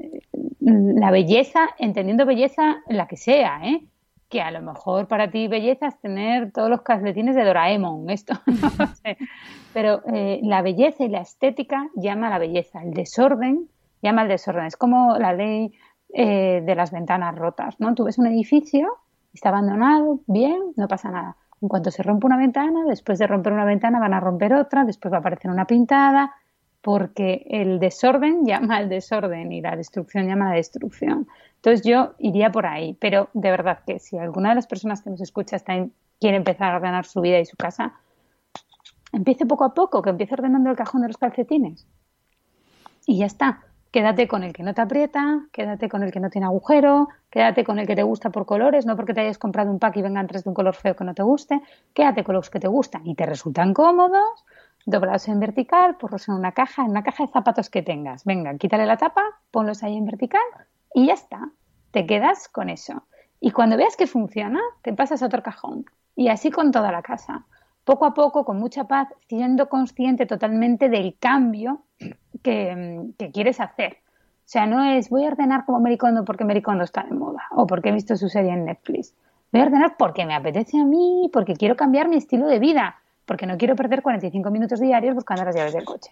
la belleza, entendiendo belleza la que sea, ¿eh? Que a lo mejor para ti belleza es tener todos los calcetines de Doraemon, esto no lo sé, pero eh, la belleza y la estética llama a la belleza, el desorden llama al desorden, es como la ley eh, de las ventanas rotas, ¿no? Tú ves un edificio, está abandonado, bien, no pasa nada. En cuanto se rompe una ventana, después de romper una ventana van a romper otra, después va a aparecer una pintada, porque el desorden llama al desorden y la destrucción llama a la destrucción. Entonces yo iría por ahí, pero de verdad que si alguna de las personas que nos escucha está en, quiere empezar a ordenar su vida y su casa, empiece poco a poco, que empiece ordenando el cajón de los calcetines. Y ya está. Quédate con el que no te aprieta, quédate con el que no tiene agujero, quédate con el que te gusta por colores, no porque te hayas comprado un pack y vengan tres de un color feo que no te guste, quédate con los que te gustan y te resultan cómodos, doblados en vertical, ponlos en una caja, en una caja de zapatos que tengas. Venga, quítale la tapa, ponlos ahí en vertical y ya está, te quedas con eso. Y cuando veas que funciona, te pasas a otro cajón y así con toda la casa. Poco a poco, con mucha paz, siendo consciente totalmente del cambio que, que quieres hacer. O sea, no es voy a ordenar como Marie Kondo porque Marie Kondo está de moda o porque he visto su serie en Netflix. Voy a ordenar porque me apetece a mí, porque quiero cambiar mi estilo de vida, porque no quiero perder cuarenta y cinco minutos diarios buscando las llaves del coche.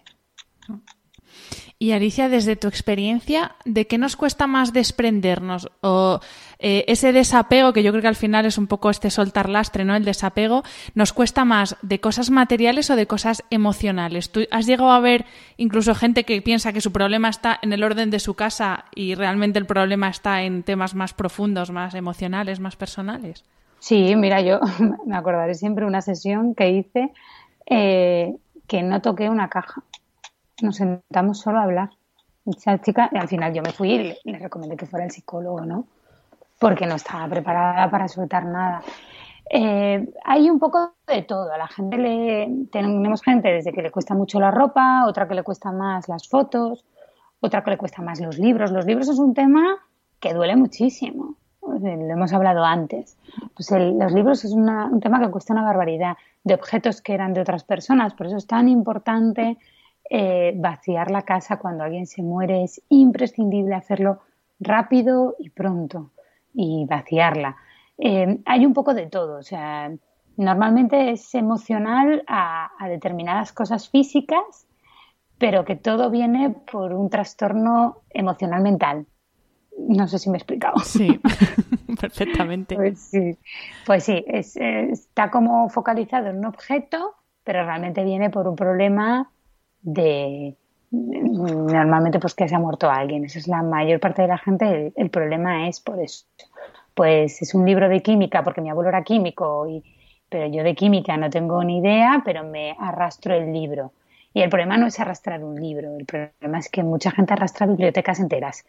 Y Alicia, desde tu experiencia, ¿de qué nos cuesta más desprendernos? O eh, ese desapego, que yo creo que al final es un poco este soltar lastre, ¿no? El desapego, ¿nos cuesta más de cosas materiales o de cosas emocionales? ¿Tú has llegado a ver incluso gente que piensa que su problema está en el orden de su casa y realmente el problema está en temas más profundos, más emocionales, más personales? Sí, mira, yo me acordaré siempre una sesión que hice eh, que no toqué una caja. Nos sentamos solo a hablar. Esa chica, al final yo me fui y le, le recomendé que fuera el psicólogo, ¿no? Porque no estaba preparada para soltar nada. Eh, hay un poco de todo. A la gente le tenemos gente desde que le cuesta mucho la ropa, otra que le cuesta más las fotos, otra que le cuesta más los libros. Los libros es un tema que duele muchísimo. Lo hemos hablado antes. Pues el, los libros es una, un tema que cuesta una barbaridad, de objetos que eran de otras personas. Por eso es tan importante Eh, vaciar la casa cuando alguien se muere. Es imprescindible hacerlo rápido y pronto y vaciarla. Eh, hay un poco de todo, o sea, normalmente es emocional a, a determinadas cosas físicas, pero que todo viene por un trastorno emocional mental. No sé si me he explicado. Sí, perfectamente. Pues sí, pues sí es, es, está como focalizado en un objeto, pero realmente viene por un problema de, normalmente pues que se ha muerto alguien. Esa es la mayor parte de la gente. El, el problema es por eso. Pues es un libro de química porque mi abuelo era químico, y, pero yo de química no tengo ni idea, pero me arrastro el libro. Y el problema no es arrastrar un libro, el problema es que mucha gente arrastra bibliotecas enteras.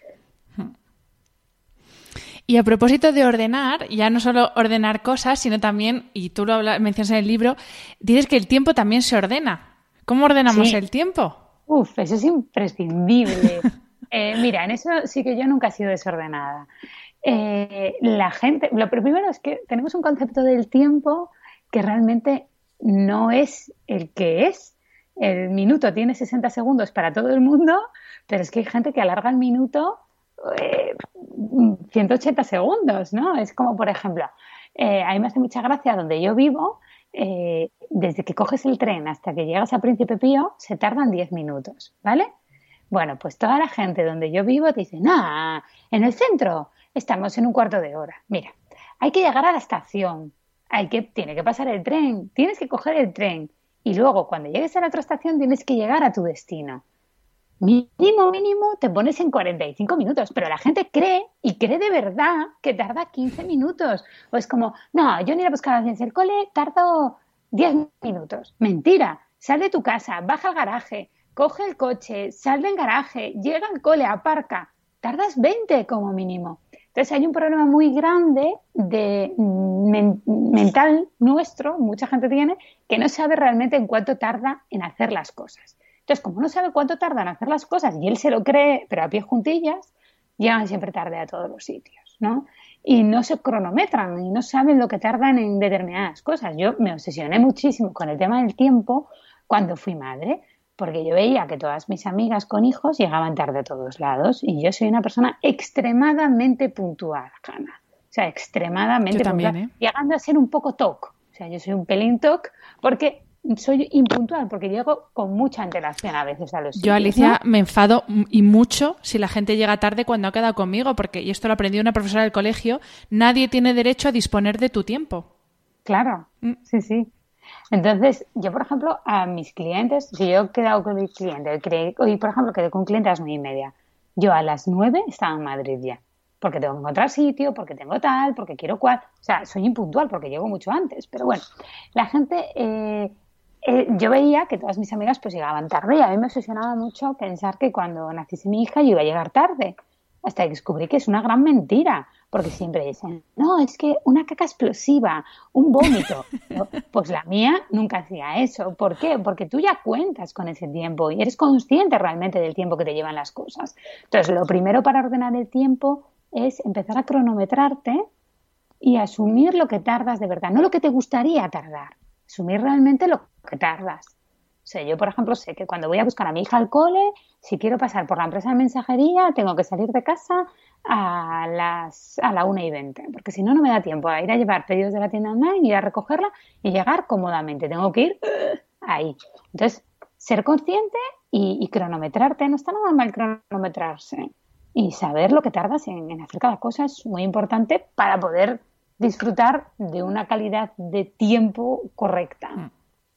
Y a propósito de ordenar, ya no solo ordenar cosas, sino también, y tú lo hablas, mencionas en el libro, dices que el tiempo también se ordena. ¿Cómo ordenamos Sí. el tiempo? Uf, eso es imprescindible. eh, mira, en eso sí que yo nunca he sido desordenada. Eh, la gente, lo primero es que tenemos un concepto del tiempo que realmente no es el que es. El minuto tiene sesenta segundos para todo el mundo, pero es que hay gente que alarga el minuto eh, ciento ochenta segundos, ¿no? Es como, por ejemplo, eh, a mí me hace mucha gracia donde yo vivo, eh, desde que coges el tren hasta que llegas a Príncipe Pío, se tardan diez minutos, ¿vale? Bueno, pues toda la gente donde yo vivo te dice, nah, en el centro estamos en un cuarto de hora. Mira, hay que llegar a la estación, hay que, tiene que pasar el tren, tienes que coger el tren y luego cuando llegues a la otra estación tienes que llegar a tu destino. Mínimo, mínimo, te pones en cuarenta y cinco minutos, pero la gente cree, y cree de verdad, que tarda quince minutos. O es como, no, yo ni ir a buscar a la ciencia del cole, tardo diez minutos. Mentira, sal de tu casa, baja al garaje, coge el coche, sal del garaje, llega al cole, aparca. Tardas veinte como mínimo. Entonces hay un problema muy grande de men- mental nuestro, mucha gente tiene, que no sabe realmente en cuánto tarda en hacer las cosas. Entonces, como no sabe cuánto tarda en hacer las cosas y él se lo cree, pero a pie juntillas, llegan siempre tarde a todos los sitios, ¿no? Y no se cronometran y no saben lo que tardan en determinadas cosas. Yo me obsesioné muchísimo con el tema del tiempo cuando fui madre, porque yo veía que todas mis amigas con hijos llegaban tarde a todos lados y yo soy una persona extremadamente puntual, Hanna. O sea, extremadamente Yo también, puntual, ¿eh? llegando a ser un poco toc. O sea, yo soy un pelín toc porque soy impuntual, porque llego con mucha antelación a veces a los sitios. Yo, Alicia, ¿no? me enfado y mucho si la gente llega tarde cuando ha quedado conmigo, porque, y esto lo aprendí una profesora del colegio, nadie tiene derecho a disponer de tu tiempo. Claro, Mm. sí, sí. Entonces, yo, por ejemplo, a mis clientes, si yo he quedado con mi cliente, cre- hoy, por ejemplo, quedé con un cliente a las nueve y media, yo a las nueve estaba en Madrid ya, porque tengo que encontrar sitio, porque tengo tal, porque quiero cual, o sea, soy impuntual porque llego mucho antes, pero bueno, la gente, eh, eh, yo veía que todas mis amigas pues llegaban tarde y a mí me obsesionaba mucho pensar que cuando naciese mi hija yo iba a llegar tarde, hasta que descubrí que es una gran mentira, porque siempre dicen, no, es que una caca explosiva, un vómito. ¿No? Pues la mía nunca hacía eso. ¿Por qué? Porque tú ya cuentas con ese tiempo y eres consciente realmente del tiempo que te llevan las cosas. Entonces, lo primero para ordenar el tiempo es empezar a cronometrarte y asumir lo que tardas de verdad, no lo que te gustaría tardar, asumir realmente lo que tardas. O sea, yo, por ejemplo, sé que cuando voy a buscar a mi hija al cole, si quiero pasar por la empresa de mensajería, tengo que salir de casa a las a la una y veinte, porque si no, no me da tiempo a ir a llevar pedidos de la tienda online, ir a recogerla y llegar cómodamente. Tengo que ir uh, ahí. Entonces, ser consciente y, y cronometrarte. No está nada mal cronometrarse. Y saber lo que tardas en, en hacer cada cosa es muy importante para poder disfrutar de una calidad de tiempo correcta. Mm.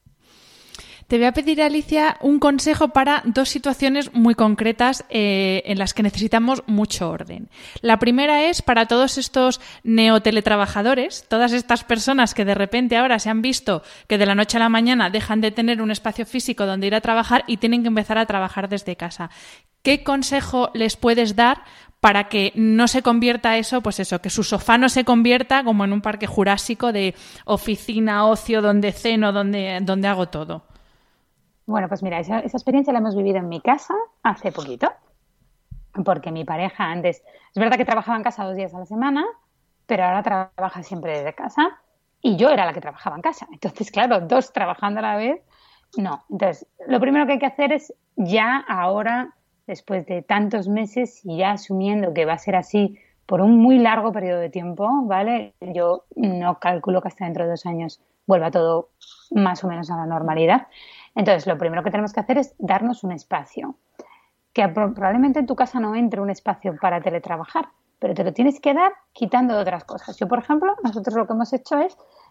Te voy a pedir, Alicia, un consejo para dos situaciones muy concretas eh, en las que necesitamos mucho orden. La primera es para todos estos neoteletrabajadores, todas estas personas que de repente ahora se han visto que de la noche a la mañana dejan de tener un espacio físico donde ir a trabajar y tienen que empezar a trabajar desde casa. ¿Qué consejo les puedes dar para que no se convierta eso, pues eso, que su sofá no se convierta como en un parque jurásico de oficina, ocio, donde ceno, donde, donde hago todo? Bueno, pues mira, esa, esa experiencia la hemos vivido en mi casa hace poquito, porque mi pareja antes, es verdad que trabajaba en casa dos días a la semana, pero ahora trabaja siempre desde casa y yo era la que trabajaba en casa. Entonces, claro, dos trabajando a la vez, no. Entonces, lo primero que hay que hacer es ya ahora, después de tantos meses y ya asumiendo que va a ser así por un muy largo periodo de tiempo, ¿vale? Yo no calculo que hasta dentro de dos años vuelva todo más o menos a la normalidad. Entonces, lo primero que tenemos que hacer es darnos un espacio. Que probablemente en tu casa no entre un espacio para teletrabajar, pero te lo tienes que dar quitando de otras cosas. Yo, por ejemplo, nosotros lo que hemos hecho es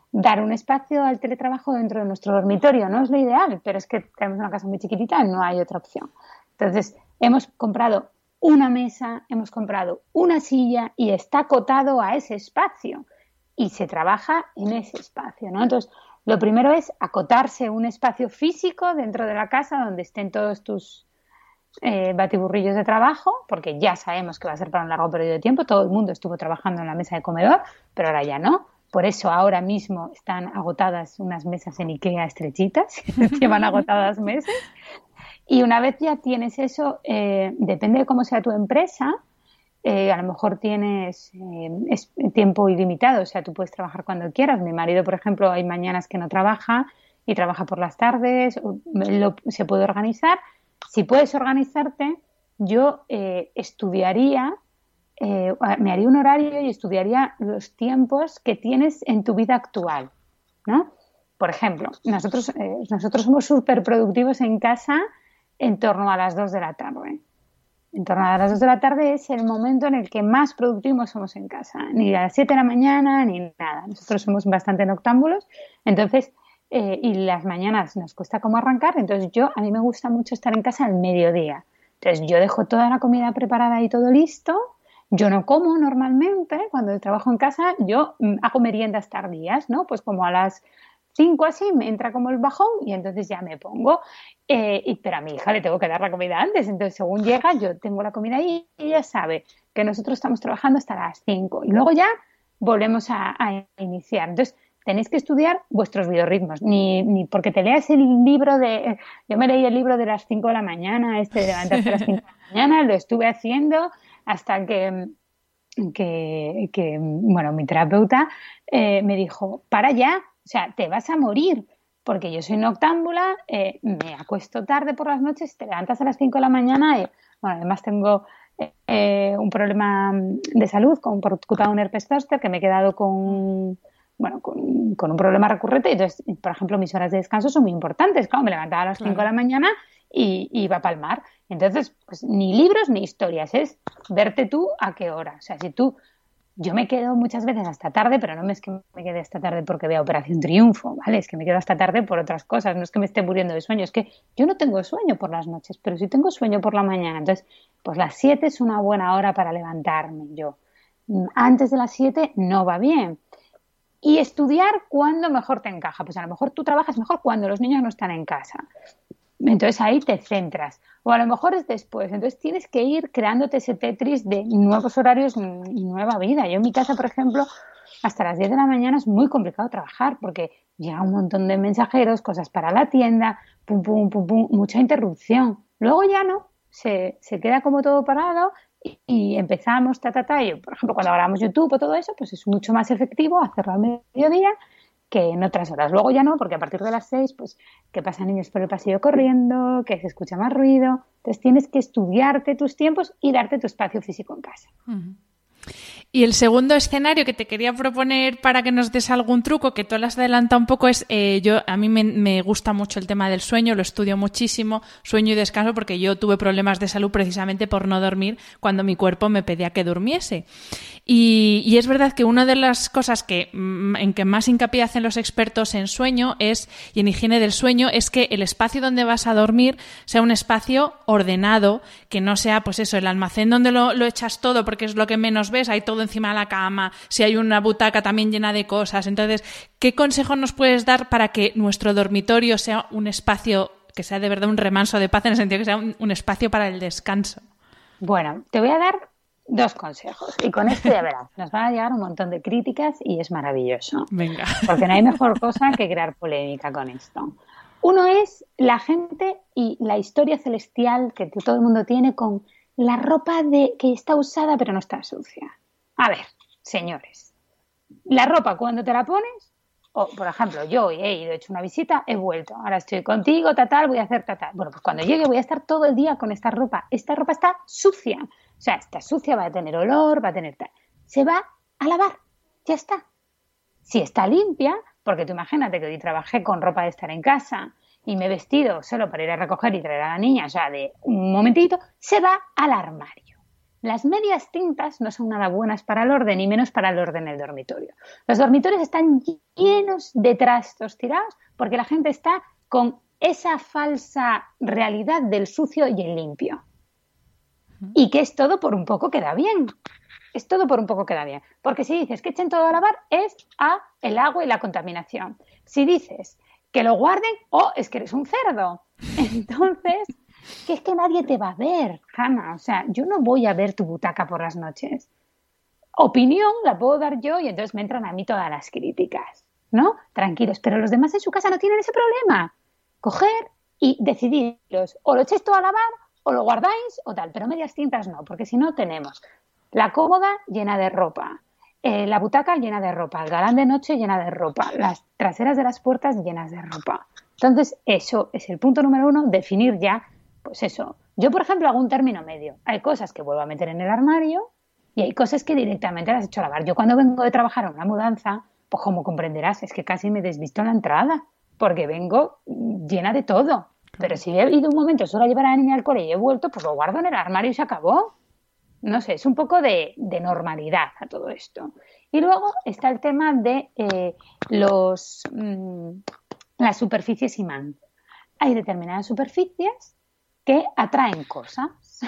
dar un espacio al teletrabajo dentro de nuestro dormitorio. No es lo ideal, pero es que tenemos una casa muy chiquitita y no hay otra opción. Entonces, hemos comprado una mesa, hemos comprado una silla y está acotado a ese espacio y se trabaja en ese espacio, ¿no? Entonces, lo primero es acotarse un espacio físico dentro de la casa donde estén todos tus eh, batiburrillos de trabajo, porque ya sabemos que va a ser para un largo periodo de tiempo. Todo el mundo estuvo trabajando en la mesa de comedor, pero ahora ya no. Por eso ahora mismo están agotadas unas mesas en IKEA estrechitas, llevan agotadas meses. Y una vez ya tienes eso, eh, depende de cómo sea tu empresa, eh, a lo mejor tienes eh, es, tiempo ilimitado, o sea, tú puedes trabajar cuando quieras. Mi marido, por ejemplo, hay mañanas que no trabaja y trabaja por las tardes, lo, se puede organizar. Si puedes organizarte, yo eh, estudiaría, eh, me haría un horario y estudiaría los tiempos que tienes en tu vida actual, ¿no? Por ejemplo, nosotros, eh, nosotros somos súper productivos en casa en torno a las dos de la tarde. En torno a las dos de la tarde es el momento en el que más productivos somos en casa. Ni a las siete de la mañana, ni nada. Nosotros somos bastante noctámbulos, entonces, eh, y las mañanas nos cuesta como arrancar, entonces yo, a mí me gusta mucho estar en casa al mediodía. Entonces yo dejo toda la comida preparada y todo listo. Yo no como normalmente, cuando trabajo en casa, yo hago meriendas tardías, ¿no? Pues como a las cinco así me entra como el bajón y entonces ya me pongo, eh, y, pero a mi hija le tengo que dar la comida antes, entonces según llega yo tengo la comida ahí y ella sabe que nosotros estamos trabajando hasta las cinco y luego ya volvemos a, a iniciar. Entonces tenéis que estudiar vuestros biorritmos, ni, ni porque te leas el libro de, yo me leí el libro de las cinco de la mañana, este de levantarse a las cinco de la mañana, lo estuve haciendo hasta que que, que bueno, mi terapeuta eh, me dijo, para ya, o sea, te vas a morir, porque yo soy noctámbula, eh, me acuesto tarde por las noches, te levantas a las cinco de la mañana y, bueno, además tengo eh, un problema de salud con, por culpa de un herpes zóster que me he quedado con, bueno, con, con un problema recurrente. Entonces, por ejemplo, mis horas de descanso son muy importantes. Claro, me levantaba a las cinco de la mañana y, y iba a palmar. Entonces, pues ni libros ni historias, es verte tú a qué hora. O sea, si tú... Yo me quedo muchas veces hasta tarde, pero no es que me quede hasta tarde porque vea Operación Triunfo, ¿vale? Es que me quedo hasta tarde por otras cosas, no es que me esté muriendo de sueño, es que yo no tengo sueño por las noches, pero sí tengo sueño por la mañana. Entonces, pues las siete es una buena hora para levantarme yo. Antes de las siete no va bien. Y estudiar cuando mejor te encaja. Pues a lo mejor tú trabajas mejor cuando los niños no están en casa. Entonces ahí te centras. O a lo mejor es después. Entonces tienes que ir creándote ese Tetris de nuevos horarios y nueva vida. Yo en mi casa, por ejemplo, hasta las diez de la mañana es muy complicado trabajar porque llega un montón de mensajeros, cosas para la tienda, pum, pum, pum, pum, mucha interrupción. Luego ya no, se, se queda como todo parado y, y empezamos, ta, ta, ta. Y, por ejemplo, cuando grabamos YouTube o todo eso, pues es mucho más efectivo hacerlo al mediodía que en otras horas. Luego ya no, porque a partir de las seis, pues que pasan niños por el pasillo corriendo, que se escucha más ruido. Entonces tienes que estudiarte tus tiempos y darte tu espacio físico en casa. Uh-huh. Y el segundo escenario que te quería proponer para que nos des algún truco, que tú lo has adelantado un poco, es eh, yo a mí me, me gusta mucho el tema del sueño, lo estudio muchísimo, sueño y descanso, porque yo tuve problemas de salud precisamente por no dormir cuando mi cuerpo me pedía que durmiese. Y, y es verdad que una de las cosas que en que más hincapié hacen los expertos en sueño es, y en higiene del sueño, es que el espacio donde vas a dormir sea un espacio ordenado, que no sea, pues eso, el almacén donde lo, lo echas todo porque es lo que menos ves, hay todo encima de la cama, si hay una butaca también llena de cosas. Entonces, ¿qué consejo nos puedes dar para que nuestro dormitorio sea un espacio que sea de verdad un remanso de paz, en el sentido que sea un, un espacio para el descanso? Bueno, te voy a dar dos consejos y con esto ya verás, nos van a llegar un montón de críticas y es maravilloso. Venga. Porque no hay mejor cosa que crear polémica con esto. Uno es la gente y la historia celestial que todo el mundo tiene con la ropa de que está usada pero no está sucia. A ver, señores, la ropa cuando te la pones, o por ejemplo, yo he ido, he hecho una visita, he vuelto, ahora estoy contigo, tal, voy a hacer tal. Bueno, pues cuando llegue voy a estar todo el día con esta ropa. Esta ropa está sucia. O sea, está sucia, va a tener olor, va a tener tal. Se va a lavar, ya está. Si está limpia, porque tú imagínate que hoy trabajé con ropa de estar en casa y me he vestido solo para ir a recoger y traer a la niña, o sea, de un momentito, se va al armario. Las medias tintas no son nada buenas para el orden, y menos para el orden del dormitorio. Los dormitorios están llenos de trastos tirados porque la gente está con esa falsa realidad del sucio y el limpio. Y que es todo por un poco queda bien. Es todo por un poco queda bien. Porque si dices que echen todo a lavar, es a el agua y la contaminación. Si dices que lo guarden, oh, es que eres un cerdo. Entonces, que es que nadie te va a ver, Hanna. O sea, yo no voy a ver tu butaca por las noches. Opinión la puedo dar yo y entonces me entran a mí todas las críticas, ¿no? Tranquilos, pero los demás en su casa no tienen ese problema. Coger y decidiros, o lo echéis todo a lavar, o lo guardáis, o tal. Pero medias tintas no, porque si no tenemos la cómoda llena de ropa, eh, la butaca llena de ropa, el galán de noche llena de ropa, las traseras de las puertas llenas de ropa. Entonces, eso es el punto número uno, definir ya, pues eso. Yo, por ejemplo, hago un término medio. Hay cosas que vuelvo a meter en el armario y hay cosas que directamente las echo a lavar. Yo cuando vengo de trabajar en una mudanza, pues como comprenderás, es que casi me desvisto en la entrada, porque vengo llena de todo. Pero si he ido un momento solo a llevar a la niña al cole y he vuelto, pues lo guardo en el armario y se acabó. No sé, es un poco de, de normalidad a todo esto. Y luego está el tema de eh, los mmm, las superficies imán. Hay determinadas superficies que atraen cosas.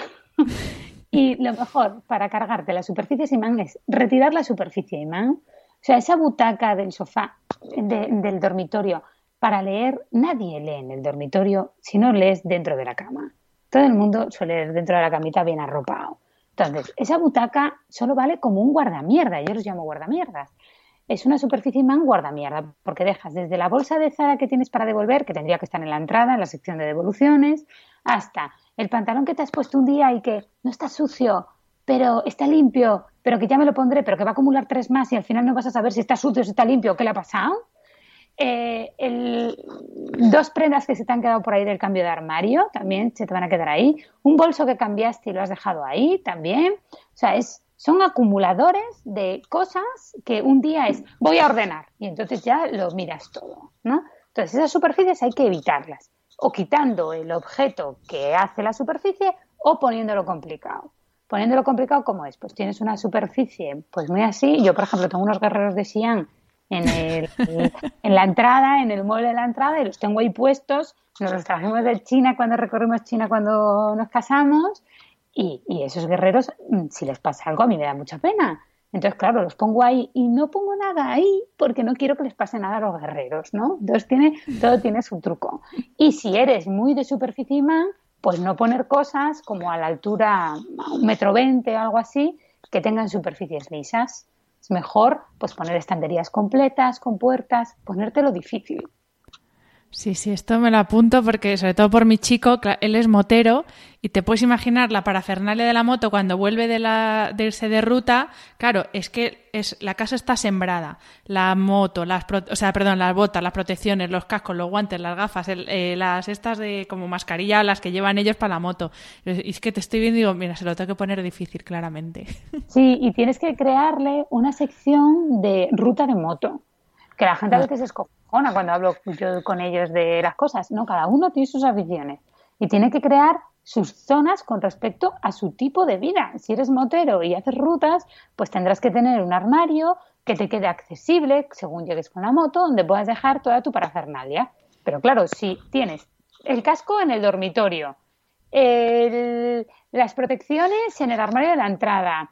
Y lo mejor para cargarte las superficies imán es retirar la superficie imán. O sea, esa butaca del sofá, de, del dormitorio, para leer, nadie lee en el dormitorio si no lees dentro de la cama. Todo el mundo suele leer dentro de la camita bien arropado. Entonces, esa butaca solo vale como un guardamierda, yo los llamo guardamierdas. Es una superficie imán guardamierda, porque dejas desde la bolsa de Zara que tienes para devolver, que tendría que estar en la entrada, en la sección de devoluciones, hasta el pantalón que te has puesto un día y que no está sucio, pero está limpio, pero que ya me lo pondré, pero que va a acumular tres más y al final no vas a saber si está sucio o si está limpio, ¿qué le ha pasado? Eh, el, dos prendas que se te han quedado por ahí del cambio de armario también se te van a quedar ahí, un bolso que cambiaste y lo has dejado ahí también, o sea, es, son acumuladores de cosas que un día es voy a ordenar y entonces ya lo miras todo, ¿no? Entonces esas superficies hay que evitarlas, o quitando el objeto que hace la superficie o poniéndolo complicado. Poniéndolo complicado, ¿cómo es? Pues tienes una superficie pues muy así, yo por ejemplo tengo unos guerreros de Xi'an En, el, en la entrada, en el mueble de la entrada, y los tengo ahí puestos. Nos los trajimos de China cuando recorrimos China cuando nos casamos, y, y esos guerreros, si les pasa algo, a mí me da mucha pena. Entonces, claro, los pongo ahí y no pongo nada ahí porque no quiero que les pase nada a los guerreros, ¿no? Entonces, tiene, todo tiene su truco. Y si eres muy de superficie imán, pues no poner cosas como a la altura, a un metro veinte o algo así, que tengan superficies lisas. Es mejor pues poner estanterías completas, con puertas, ponértelo difícil. Sí, sí, esto me lo apunto porque, sobre todo por mi chico, él es motero y te puedes imaginar la parafernalia de la moto cuando vuelve de, la, de irse de ruta. Claro, es que es, la casa está sembrada. La moto, las pro, o sea, perdón, las botas, las protecciones, los cascos, los guantes, las gafas, el, eh, las estas de como mascarilla, las que llevan ellos para la moto. Y es que te estoy viendo y digo, mira, se lo tengo que poner difícil, claramente. Sí, y tienes que crearle una sección de ruta de moto, que la gente a veces es cojona cuando hablo yo con ellos de las cosas. No, cada uno tiene sus aficiones y tiene que crear sus zonas con respecto a su tipo de vida. Si eres motero y haces rutas, pues tendrás que tener un armario que te quede accesible según llegues con la moto, donde puedas dejar toda tu parafernalia. Pero claro, si tienes el casco en el dormitorio, el, las protecciones en el armario de la entrada,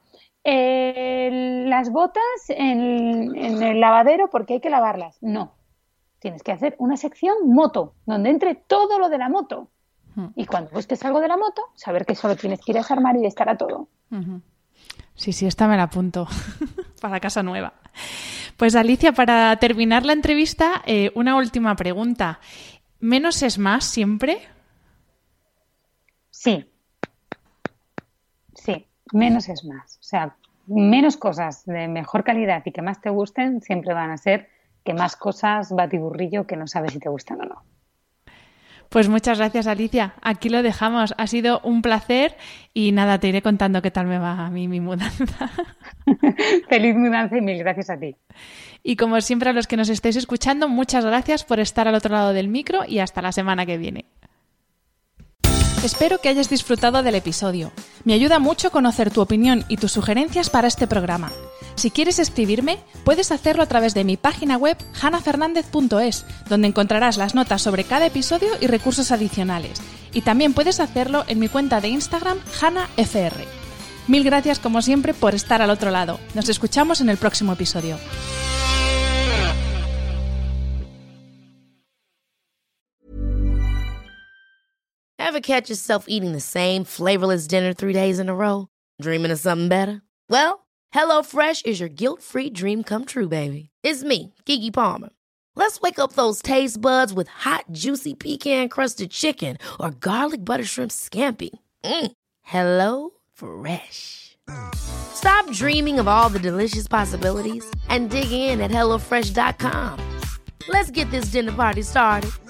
el, las botas en, en el lavadero porque hay que lavarlas, no. Tienes que hacer una sección moto, donde entre todo lo de la moto. Uh-huh. Y cuando busques algo de la moto, saber que solo tienes que ir a ese armario y estará todo. Uh-huh. Sí, sí, esta me la apunto para casa nueva. Pues Alicia, para terminar la entrevista, eh, una última pregunta. ¿Menos es más siempre? Sí. Sí, menos es más. O sea, menos cosas de mejor calidad y que más te gusten siempre van a ser que más cosas batiburrillo que no sabes si te gustan o no. Pues muchas gracias, Alicia. Aquí lo dejamos. Ha sido un placer y nada, te iré contando qué tal me va a mí mi mudanza. Feliz mudanza y mil gracias a ti. Y como siempre, a los que nos estéis escuchando, muchas gracias por estar al otro lado del micro y hasta la semana que viene. Espero que hayas disfrutado del episodio. Me ayuda mucho conocer tu opinión y tus sugerencias para este programa. Si quieres escribirme, puedes hacerlo a través de mi página web hanna fernandez punto es, donde encontrarás las notas sobre cada episodio y recursos adicionales. Y también puedes hacerlo en mi cuenta de Instagram, hannafr. Mil gracias como siempre por estar al otro lado. Nos escuchamos en el próximo episodio. Ever catch yourself eating the same flavorless dinner three days in a row? Dreaming of something better? Well, HelloFresh is your guilt-free dream come true, baby. It's me, Keke Palmer. Let's wake up those taste buds with hot, juicy pecan-crusted chicken or garlic butter shrimp scampi. Mm. Hello Fresh. Stop dreaming of all the delicious possibilities and dig in at hello fresh dot com. Let's get this dinner party started.